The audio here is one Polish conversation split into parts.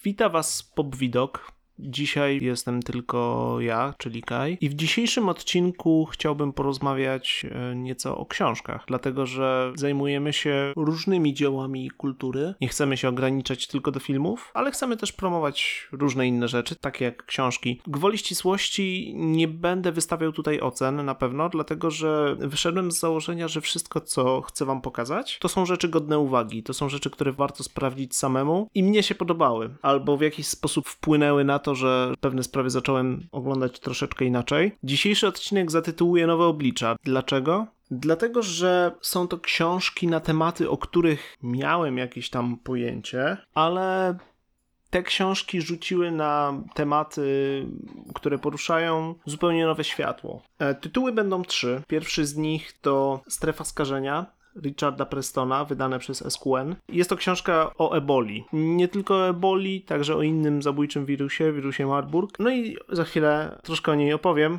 Wita Was PopWidok. Dzisiaj jestem tylko ja, czyli Kaj. I w dzisiejszym odcinku chciałbym porozmawiać nieco o książkach, dlatego że zajmujemy się różnymi dziełami kultury. Nie chcemy się ograniczać tylko do filmów, ale chcemy też promować różne inne rzeczy, takie jak książki. Gwoli ścisłości nie będę wystawiał tutaj ocen na pewno, dlatego że wyszedłem z założenia, że wszystko, co chcę Wam pokazać, to są rzeczy godne uwagi. To są rzeczy, które warto sprawdzić samemu i mnie się podobały, albo w jakiś sposób wpłynęły na to, że pewne sprawy zacząłem oglądać troszeczkę inaczej. Dzisiejszy odcinek zatytułuję Nowe oblicza. Dlaczego? Dlatego, że są to książki na tematy, o których miałem jakieś tam pojęcie, ale te książki rzuciły na tematy, które poruszają zupełnie nowe światło. Tytuły będą 3. Pierwszy z nich to Strefa skażenia Richarda Prestona, wydane przez SQN. Jest to książka o eboli. Nie tylko o eboli, także o innym zabójczym wirusie Marburg. No i za chwilę troszkę o niej opowiem.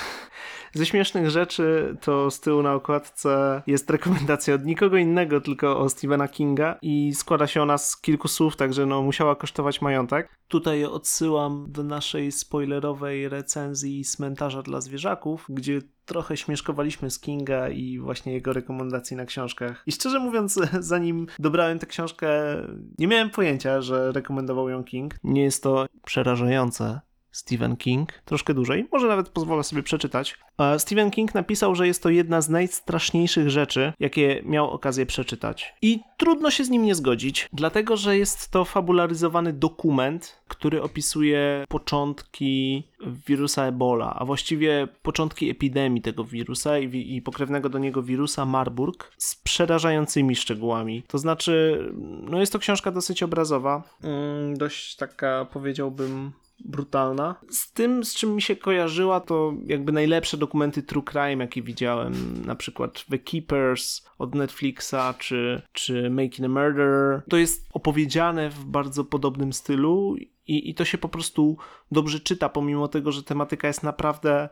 Ze śmiesznych rzeczy to z tyłu na okładce jest rekomendacja od nikogo innego, tylko o Stephena Kinga i składa się ona z kilku słów, także musiała kosztować majątek. Tutaj odsyłam do naszej spoilerowej recenzji Cmentarza dla zwierzaków, gdzie trochę śmieszkowaliśmy z Kinga i właśnie jego rekomendacji na książkach. I szczerze mówiąc, zanim dobrałem tę książkę, nie miałem pojęcia, że rekomendował ją King. Nie jest to przerażające. Stephen King, troszkę dłużej, może nawet pozwolę sobie przeczytać. Stephen King napisał, że jest to jedna z najstraszniejszych rzeczy, jakie miał okazję przeczytać. I trudno się z nim nie zgodzić, dlatego że jest to fabularyzowany dokument, który opisuje początki wirusa Ebola, a właściwie początki epidemii tego wirusa i pokrewnego do niego wirusa Marburg z przerażającymi szczegółami. To znaczy, jest to książka dosyć obrazowa, dość taka, powiedziałbym, brutalna. Z tym, z czym mi się kojarzyła, to jakby najlepsze dokumenty true crime, jakie widziałem, na przykład The Keepers od Netflixa, czy Making a Murderer. To jest opowiedziane w bardzo podobnym stylu i to się po prostu dobrze czyta, pomimo tego, że tematyka jest naprawdę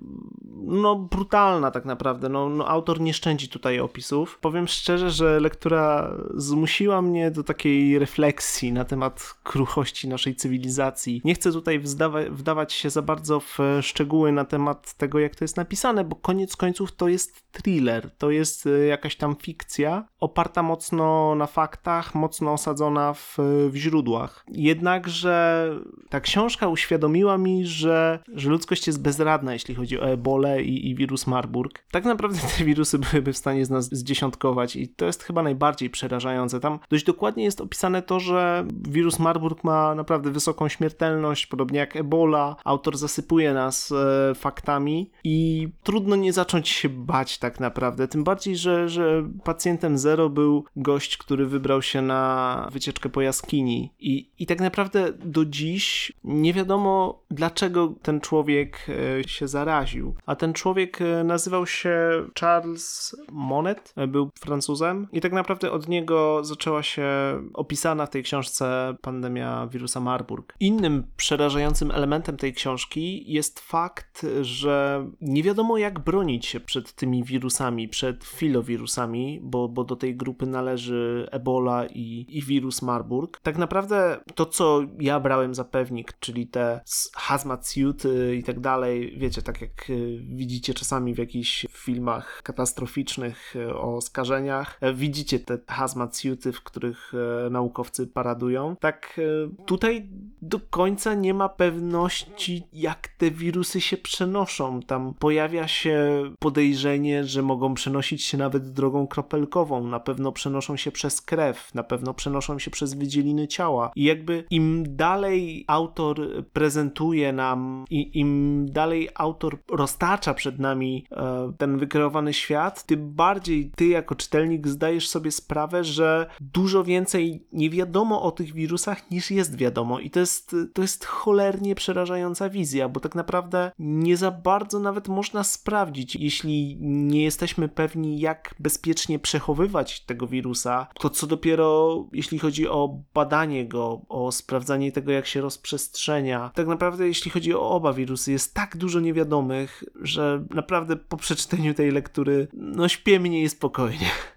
brutalna tak naprawdę. Autor nie szczędzi tutaj opisów. Powiem szczerze, że lektura zmusiła mnie do takiej refleksji na temat kruchości naszej cywilizacji. Nie chcę tutaj wdawać się za bardzo w szczegóły na temat tego, jak to jest napisane, bo koniec końców to jest thriller, to jest jakaś tam fikcja, oparta mocno na faktach, mocno osadzona w źródłach. Jednakże ta książka uświadomiła mi, że ludzkość jest bezradna, jeśli chodzi o ebolę i wirus Marburg. Tak naprawdę te wirusy byłyby w stanie z nas zdziesiątkować i to jest chyba najbardziej przerażające. Tam dość dokładnie jest opisane to, że wirus Marburg ma naprawdę wysoką śmiertelność, podobnie jak ebola. Autor zasypuje nas faktami i trudno nie zacząć się bać tak naprawdę. Tym bardziej, że pacjentem zero był gość, który wybrał się na wycieczkę po jaskini i tak naprawdę do dziś nie wiadomo, dlaczego ten człowiek się zaraził. A ten człowiek nazywał się Charles Monnet, był Francuzem i tak naprawdę od niego zaczęła się opisana w tej książce pandemia wirusa Marburg. Innym przerażającym elementem tej książki jest fakt, że nie wiadomo, jak bronić się przed tymi wirusami, przed filowirusami, bo do tej grupy należy ebola i wirus Marburg. Tak naprawdę to, co ja brałem za pewnik, czyli te hazmat suity i tak dalej, wiecie, tak jak widzicie czasami w jakichś filmach katastroficznych o skażeniach, widzicie te hazmat suity, w których naukowcy paradują. Tak tutaj do końca nie ma pewności, jak te wirusy się przenoszą. Tam pojawia się podejrzenie, że mogą przenosić się nawet drogą kropelkową, na pewno przenoszą się przez krew, na pewno przenoszą się przez wydzieliny ciała i jakby im dalej autor prezentuje nam i im dalej autor roztacza przed nami ten wykreowany świat, tym bardziej ty jako czytelnik zdajesz sobie sprawę, że dużo więcej nie wiadomo o tych wirusach niż jest wiadomo i to jest cholernie przerażająca wizja, bo tak naprawdę nie za bardzo nawet można sprawdzić, jeśli nie jesteśmy pewni, jak bezpiecznie przechowywać tego wirusa, to co dopiero jeśli chodzi o badanie go, o sprawdzanie tego, jak się rozprzestrzenia. Tak naprawdę jeśli chodzi o oba wirusy, jest tak dużo niewiadomych, że naprawdę po przeczytaniu tej lektury śpię mniej spokojnie.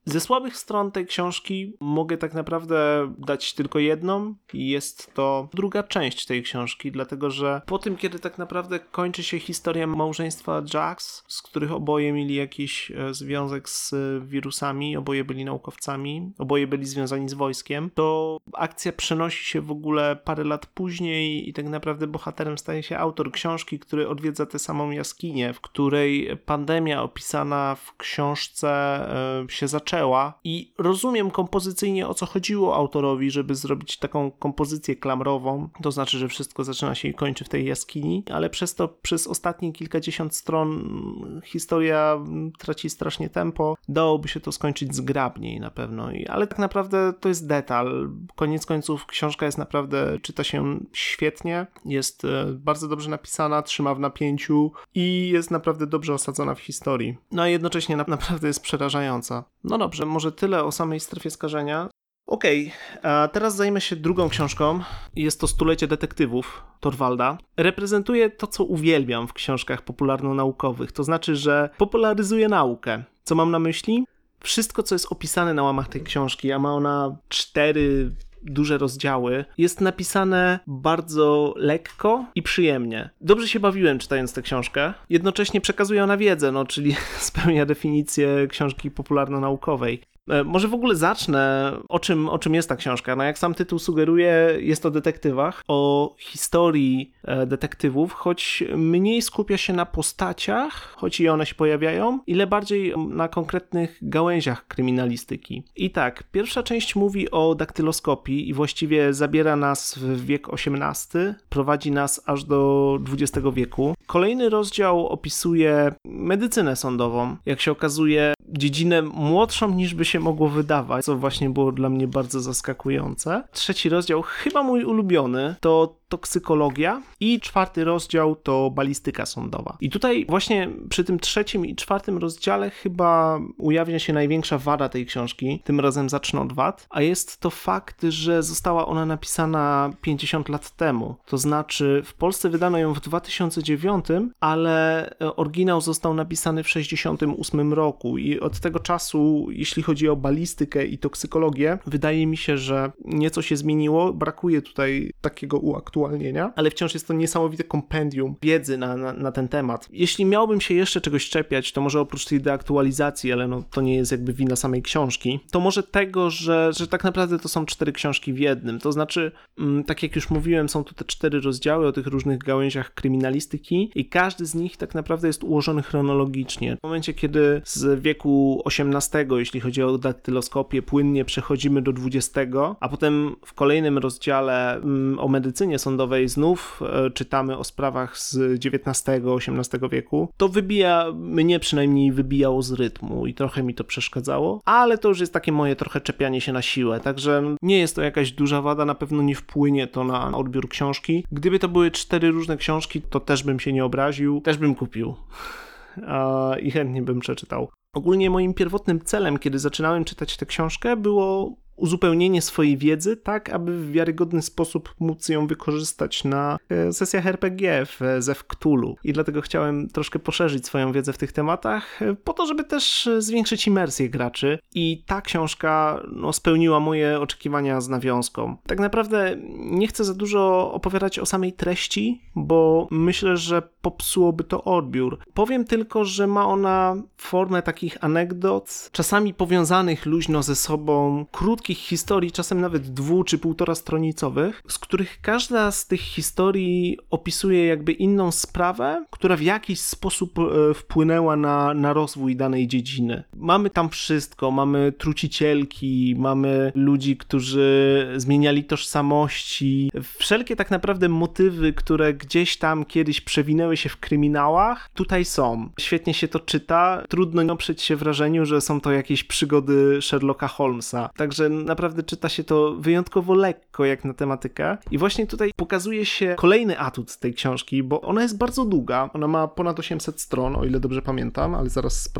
Ze słabych stron tej książki mogę tak naprawdę dać tylko jedną i jest to druga część tej książki, dlatego że po tym, kiedy tak naprawdę kończy się historia małżeństwa Jacks, z których oboje mieli jakiś związek z wirusami, oboje byli naukowcami, oboje byli związani z wojskiem, to akcja przenosi się w ogóle parę lat później i tak naprawdę bohaterem staje się autor książki, który odwiedza tę samą jaskinię, w której pandemia opisana w książce się zaczęła i rozumiem kompozycyjnie, o co chodziło autorowi, żeby zrobić taką kompozycję klamrową, to znaczy, że wszystko zaczyna się i kończy w tej jaskini, ale przez ostatnie kilkadziesiąt stron historia traci strasznie tempo, dałoby się to skończyć zgrabniej na pewno, ale tak naprawdę to jest detal. Koniec końców książka jest naprawdę, czyta się świetnie, jest bardzo dobrze napisana, trzyma w napięciu i jest naprawdę dobrze osadzona w historii. No a jednocześnie naprawdę jest przerażająca. No dobrze, może tyle o samej strefie skażenia. Okej, a teraz zajmę się drugą książką. Jest to Stulecie detektywów Torvalda. Reprezentuje to, co uwielbiam w książkach popularno-naukowych, to znaczy, że popularyzuje naukę. Co mam na myśli? Wszystko, co jest opisane na łamach tej książki, a ma ona 4 duże rozdziały, jest napisane bardzo lekko i przyjemnie. Dobrze się bawiłem czytając tę książkę. Jednocześnie przekazuje ona wiedzę, czyli spełnia definicję książki popularno-naukowej. Może w ogóle zacznę, o czym jest ta książka. No jak sam tytuł sugeruje, jest o detektywach, o historii detektywów, choć mniej skupia się na postaciach, choć i one się pojawiają, ile bardziej na konkretnych gałęziach kryminalistyki. I tak, pierwsza część mówi o daktyloskopii i właściwie zabiera nas w wiek XVIII, prowadzi nas aż do XX wieku. Kolejny rozdział opisuje medycynę sądową. Jak się okazuje, dziedzinę młodszą niż by się mogło wydawać, co właśnie było dla mnie bardzo zaskakujące. Trzeci rozdział, chyba mój ulubiony, to toksykologia i 4. rozdział to balistyka sądowa. I tutaj właśnie przy tym 3. i 4. rozdziale chyba ujawnia się największa wada tej książki. Tym razem zacznę od wad, a jest to fakt, że została ona napisana 50 lat temu. To znaczy w Polsce wydano ją w 2009, ale oryginał został napisany w 68 roku i od tego czasu, jeśli chodzi o balistykę i toksykologię, wydaje mi się, że nieco się zmieniło. Brakuje tutaj takiego uaktualnienia, ale wciąż jest to niesamowite kompendium wiedzy na ten temat. Jeśli miałbym się jeszcze czegoś czepiać, to może oprócz tej deaktualizacji, ale to nie jest jakby wina samej książki, to może tego, że tak naprawdę to są 4 książki w jednym. To znaczy, tak jak już mówiłem, są tu te 4 rozdziały o tych różnych gałęziach kryminalistyki i każdy z nich tak naprawdę jest ułożony chronologicznie. W momencie, kiedy z wieku XVIII, jeśli chodzi o daktyloskopię, płynnie przechodzimy do XX, a potem w kolejnym rozdziale o medycynie sądowej znów czytamy o sprawach z XIX-XVIII wieku, to mnie przynajmniej wybijało z rytmu i trochę mi to przeszkadzało, ale to już jest takie moje trochę czepianie się na siłę, także nie jest to jakaś duża wada, na pewno nie wpłynie to na odbiór książki. Gdyby to były 4 różne książki, to też bym się nie obraził, też bym kupił i chętnie bym przeczytał. Ogólnie moim pierwotnym celem, kiedy zaczynałem czytać tę książkę, było uzupełnienie swojej wiedzy, tak aby w wiarygodny sposób móc ją wykorzystać na sesjach RPG w Zew Cthulhu. I dlatego chciałem troszkę poszerzyć swoją wiedzę w tych tematach, po to, żeby też zwiększyć imersję graczy. I ta książka spełniła moje oczekiwania z nawiązką. Tak naprawdę nie chcę za dużo opowiadać o samej treści, bo myślę, że popsułoby to odbiór. Powiem tylko, że ma ona formę takich anegdot, czasami powiązanych luźno ze sobą, krótkich historii, czasem nawet 2- czy 1,5-stronicowych, z których każda z tych historii opisuje jakby inną sprawę, która w jakiś sposób wpłynęła na rozwój danej dziedziny. Mamy tam wszystko, mamy trucicielki, mamy ludzi, którzy zmieniali tożsamości, wszelkie tak naprawdę motywy, które gdzieś tam kiedyś przewinęły się w kryminałach, tutaj są. Świetnie się to czyta, trudno nie oprzeć się wrażeniu, że są to jakieś przygody Sherlocka Holmesa. Także naprawdę czyta się to wyjątkowo lekko jak na tematykę. I właśnie tutaj pokazuje się kolejny atut tej książki, bo ona jest bardzo długa. Ona ma ponad 800 stron, o ile dobrze pamiętam, ale zaraz sprawdzę.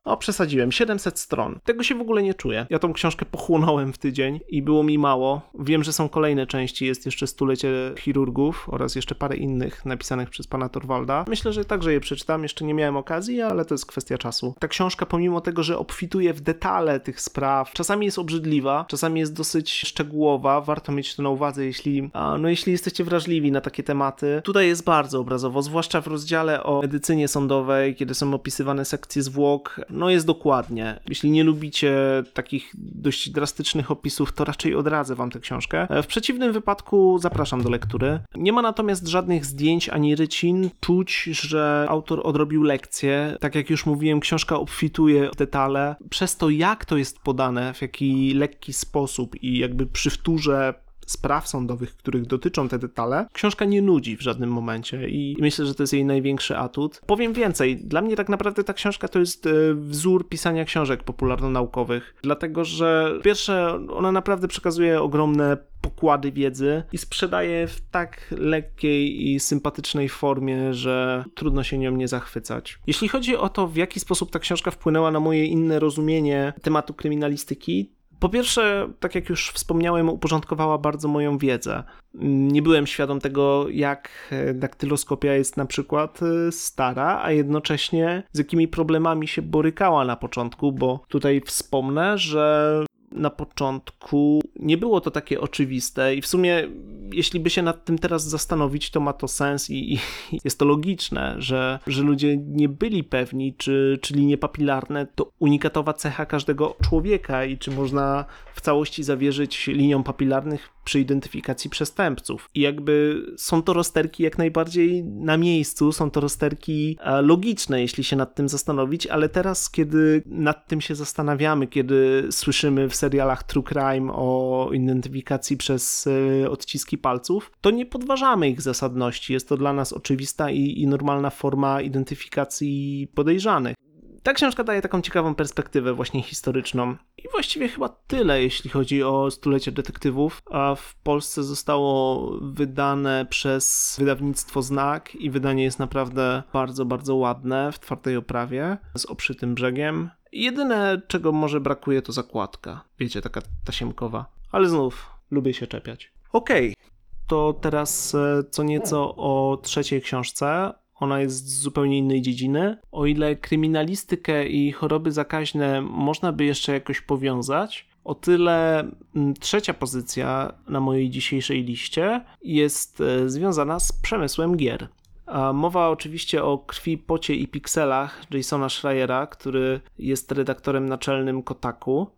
przesadziłem, 700 stron. Tego się w ogóle nie czuję. Ja tą książkę pochłonąłem w tydzień i było mi mało. Wiem, że są kolejne części, jest jeszcze Stulecie chirurgów oraz jeszcze parę innych napisanych przez pana Torvalda. Myślę, że także je przeczytam, jeszcze nie miałem okazji, ale to jest kwestia czasu. Ta książka, pomimo tego, że obfituje w detale tych spraw, czasami jest obrzydliwa, czasami jest dosyć szczegółowa, warto mieć to na uwadze, jeśli jesteście wrażliwi na takie tematy. Tutaj jest bardzo obrazowo, zwłaszcza w rozdziale o medycynie sądowej, kiedy są opisywane sekcje zwłok, jest dokładnie. Jeśli nie lubicie takich dość drastycznych opisów, to raczej odradzę wam tę książkę. W przeciwnym wypadku zapraszam do lektury. Nie ma natomiast żadnych zdjęć ani rycin. Czuć, że autor odrobił lekcję. Tak jak już mówiłem, książka obfituje w detale. Przez to, jak to jest podane, w jaki lekki sposób i jakby przy wtórze spraw sądowych, których dotyczą te detale, książka nie nudzi w żadnym momencie i myślę, że to jest jej największy atut. Powiem więcej, dla mnie tak naprawdę ta książka to jest wzór pisania książek popularno-naukowych, dlatego że po pierwsze ona naprawdę przekazuje ogromne pokłady wiedzy i sprzedaje w tak lekkiej i sympatycznej formie, że trudno się nią nie zachwycać. Jeśli chodzi o to, w jaki sposób ta książka wpłynęła na moje inne rozumienie tematu kryminalistyki, po pierwsze, tak jak już wspomniałem, uporządkowała bardzo moją wiedzę. Nie byłem świadom tego, jak daktyloskopia jest na przykład stara, a jednocześnie z jakimi problemami się borykała na początku, bo tutaj wspomnę, że na początku nie było to takie oczywiste i w sumie, jeśli by się nad tym teraz zastanowić, to ma to sens i jest to logiczne, że ludzie nie byli pewni, czy linie papilarne to unikatowa cecha każdego człowieka i czy można w całości zawierzyć liniom papilarnych przy identyfikacji przestępców. I jakby są to rozterki jak najbardziej na miejscu, są to rozterki logiczne, jeśli się nad tym zastanowić, ale teraz, kiedy nad tym się zastanawiamy, kiedy słyszymy w serialach True Crime o identyfikacji przez odciski palców, to nie podważamy ich zasadności. Jest to dla nas oczywista i normalna forma identyfikacji podejrzanych. Ta książka daje taką ciekawą perspektywę właśnie historyczną. I właściwie chyba tyle, jeśli chodzi o stulecie detektywów. A w Polsce zostało wydane przez wydawnictwo Znak i wydanie jest naprawdę bardzo, bardzo ładne, w twardej oprawie, z obszytym brzegiem. Jedyne, czego może brakuje, to zakładka. Wiecie, taka tasiemkowa. Ale znów, lubię się czepiać. Okej, to teraz co nieco o trzeciej książce. Ona jest z zupełnie innej dziedziny. O ile kryminalistykę i choroby zakaźne można by jeszcze jakoś powiązać, o tyle trzecia pozycja na mojej dzisiejszej liście jest związana z przemysłem gier. Mowa oczywiście o Krwi, pocie i pikselach Jasona Schreiera, który jest redaktorem naczelnym Kotaku.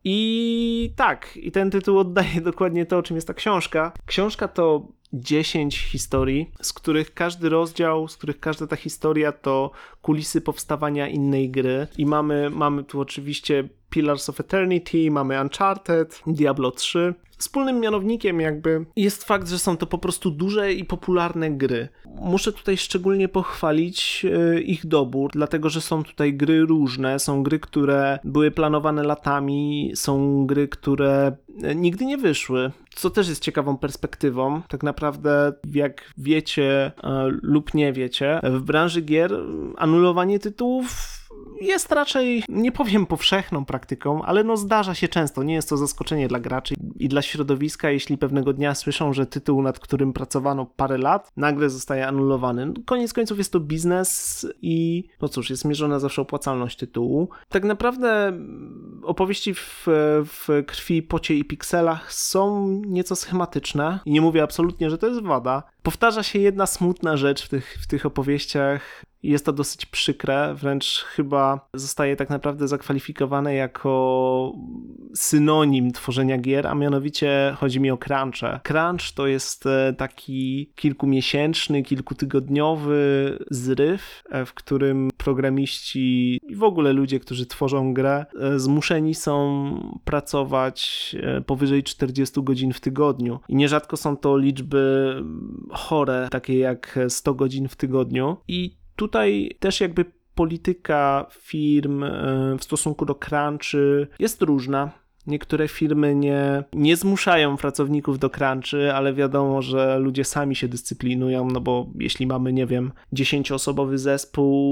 I tak, i ten tytuł oddaje dokładnie to, o czym jest ta książka. Książka to 10 historii, z których każdy rozdział, z których każda ta historia to kulisy powstawania innej gry. I mamy tu oczywiście Pillars of Eternity, mamy Uncharted, Diablo 3. Wspólnym mianownikiem jakby jest fakt, że są to po prostu duże i popularne gry. Muszę tutaj szczególnie pochwalić ich dobór, dlatego że są tutaj gry różne, są gry, które były planowane latami, są gry, które nigdy nie wyszły, co też jest ciekawą perspektywą. Tak naprawdę, jak wiecie lub nie wiecie, w branży gier anulowanie tytułów jest raczej, nie powiem powszechną praktyką, ale zdarza się często. Nie jest to zaskoczenie dla graczy i dla środowiska, jeśli pewnego dnia słyszą, że tytuł, nad którym pracowano parę lat, nagle zostaje anulowany. Koniec końców jest to biznes i jest mierzona zawsze opłacalność tytułu. Tak naprawdę opowieści w Krwi, pocie i pikselach są nieco schematyczne i nie mówię absolutnie, że to jest wada. Powtarza się jedna smutna rzecz w tych opowieściach. Jest to dosyć przykre, wręcz chyba zostaje tak naprawdę zakwalifikowane jako synonim tworzenia gier, a mianowicie chodzi mi o crunche. Crunch to jest taki kilkumiesięczny, kilkutygodniowy zryw, w którym programiści i w ogóle ludzie, którzy tworzą grę, zmuszeni są pracować powyżej 40 godzin w tygodniu. I nierzadko są to liczby chore, takie jak 100 godzin w tygodniu. I tutaj też jakby polityka firm w stosunku do crunchy jest różna. Niektóre firmy nie zmuszają pracowników do crunchy, ale wiadomo, że ludzie sami się dyscyplinują, bo jeśli mamy, 10-osobowy zespół,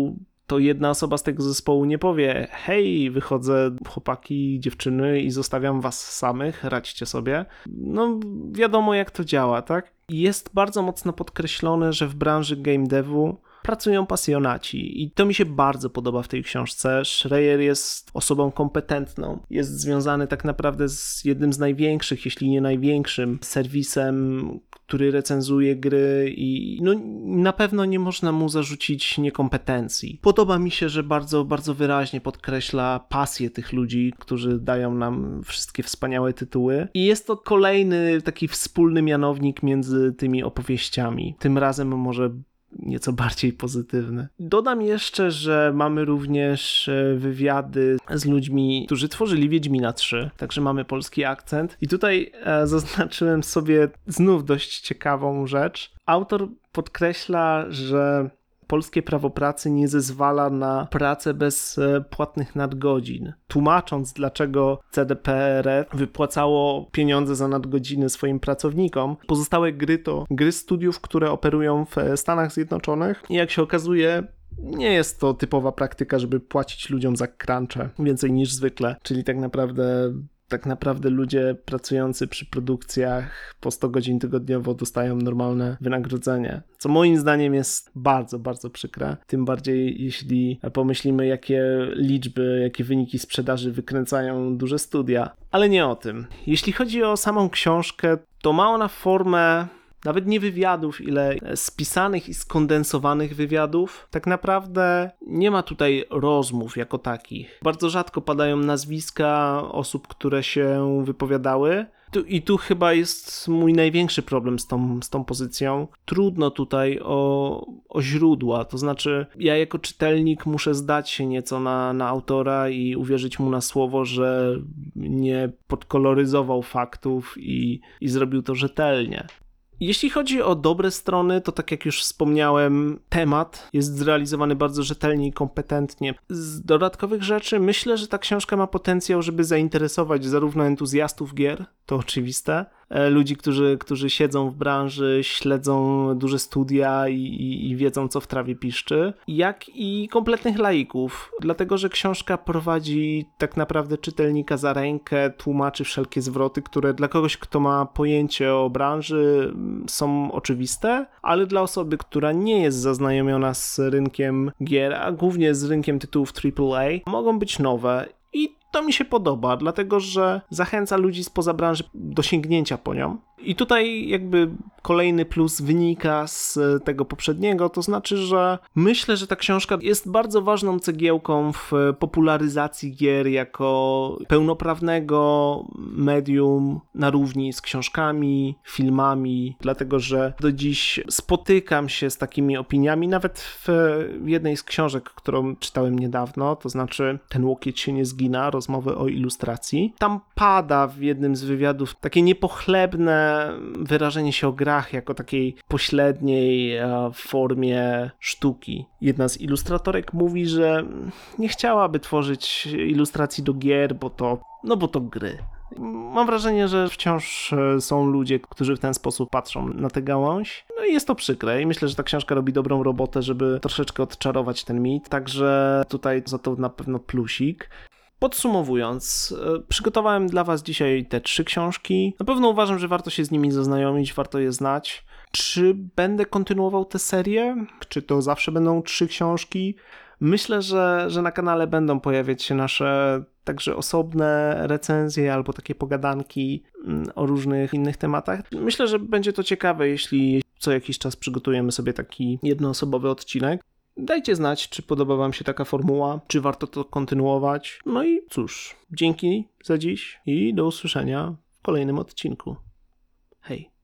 to jedna osoba z tego zespołu nie powie: hej, wychodzę, chłopaki, dziewczyny, i zostawiam was samych, radźcie sobie. No wiadomo, jak to działa, tak? Jest bardzo mocno podkreślone, że w branży game devu pracują pasjonaci i to mi się bardzo podoba w tej książce. Schreier jest osobą kompetentną, jest związany tak naprawdę z jednym z największych, jeśli nie największym serwisem, który recenzuje gry i no, na pewno nie można mu zarzucić niekompetencji. Podoba mi się, że bardzo, bardzo wyraźnie podkreśla pasję tych ludzi, którzy dają nam wszystkie wspaniałe tytuły i jest to kolejny taki wspólny mianownik między tymi opowieściami. Tym razem może nieco bardziej pozytywny. Dodam jeszcze, że mamy również wywiady z ludźmi, którzy tworzyli Wiedźmina 3, także mamy polski akcent. I tutaj zaznaczyłem sobie znów dość ciekawą rzecz. Autor podkreśla, że polskie prawo pracy nie zezwala na pracę bez płatnych nadgodzin, tłumacząc, dlaczego CDPR wypłacało pieniądze za nadgodziny swoim pracownikom. Pozostałe gry to gry studiów, które operują w Stanach Zjednoczonych i jak się okazuje, nie jest to typowa praktyka, żeby płacić ludziom za crunche więcej niż zwykle, czyli tak naprawdę ludzie pracujący przy produkcjach po 100 godzin tygodniowo dostają normalne wynagrodzenie, co moim zdaniem jest bardzo, bardzo przykre. Tym bardziej jeśli pomyślimy, jakie liczby, jakie wyniki sprzedaży wykręcają duże studia. Ale nie o tym. Jeśli chodzi o samą książkę, to ma ona formę nawet nie wywiadów, ile spisanych i skondensowanych wywiadów. Tak naprawdę nie ma tutaj rozmów jako takich. Bardzo rzadko padają nazwiska osób, które się wypowiadały. I tu chyba jest mój największy problem z tą pozycją. Trudno tutaj o źródła, to znaczy ja jako czytelnik muszę zdać się nieco na autora i uwierzyć mu na słowo, że nie podkoloryzował faktów i zrobił to rzetelnie. Jeśli chodzi o dobre strony, to tak jak już wspomniałem, temat jest zrealizowany bardzo rzetelnie i kompetentnie. Z dodatkowych rzeczy myślę, że ta książka ma potencjał, żeby zainteresować zarówno entuzjastów gier, to oczywiste, ludzi, którzy siedzą w branży, śledzą duże studia i wiedzą, co w trawie piszczy, jak i kompletnych laików, dlatego że książka prowadzi tak naprawdę czytelnika za rękę, tłumaczy wszelkie zwroty, które dla kogoś, kto ma pojęcie o branży, są oczywiste, ale dla osoby, która nie jest zaznajomiona z rynkiem gier, a głównie z rynkiem tytułów AAA, mogą być nowe. I to mi się podoba, dlatego że zachęca ludzi spoza branży do sięgnięcia po nią. I tutaj jakby kolejny plus wynika z tego poprzedniego, to znaczy, że myślę, że ta książka jest bardzo ważną cegiełką w popularyzacji gier jako pełnoprawnego medium na równi z książkami, filmami, dlatego że do dziś spotykam się z takimi opiniami, nawet w jednej z książek, którą czytałem niedawno, to znaczy Ten łokieć się nie zgina, rozmowy o ilustracji. Tam pada w jednym z wywiadów takie niepochlebne wyrażenie się o grach jako takiej pośredniej formie sztuki. Jedna z ilustratorek mówi, że nie chciałaby tworzyć ilustracji do gier, bo to gry. Mam wrażenie, że wciąż są ludzie, którzy w ten sposób patrzą na tę gałąź. No i jest to przykre i myślę, że ta książka robi dobrą robotę, żeby troszeczkę odczarować ten mit. Także tutaj za to na pewno plusik. Podsumowując, przygotowałem dla was dzisiaj te 3 książki. Na pewno uważam, że warto się z nimi zaznajomić, warto je znać. Czy będę kontynuował tę serię? Czy to zawsze będą 3 książki? Myślę, że na kanale będą pojawiać się nasze także osobne recenzje albo takie pogadanki o różnych innych tematach. Myślę, że będzie to ciekawe, jeśli co jakiś czas przygotujemy sobie taki jednoosobowy odcinek. Dajcie znać, czy podoba wam się taka formuła, czy warto to kontynuować. No i cóż, dzięki za dziś i do usłyszenia w kolejnym odcinku. Hej!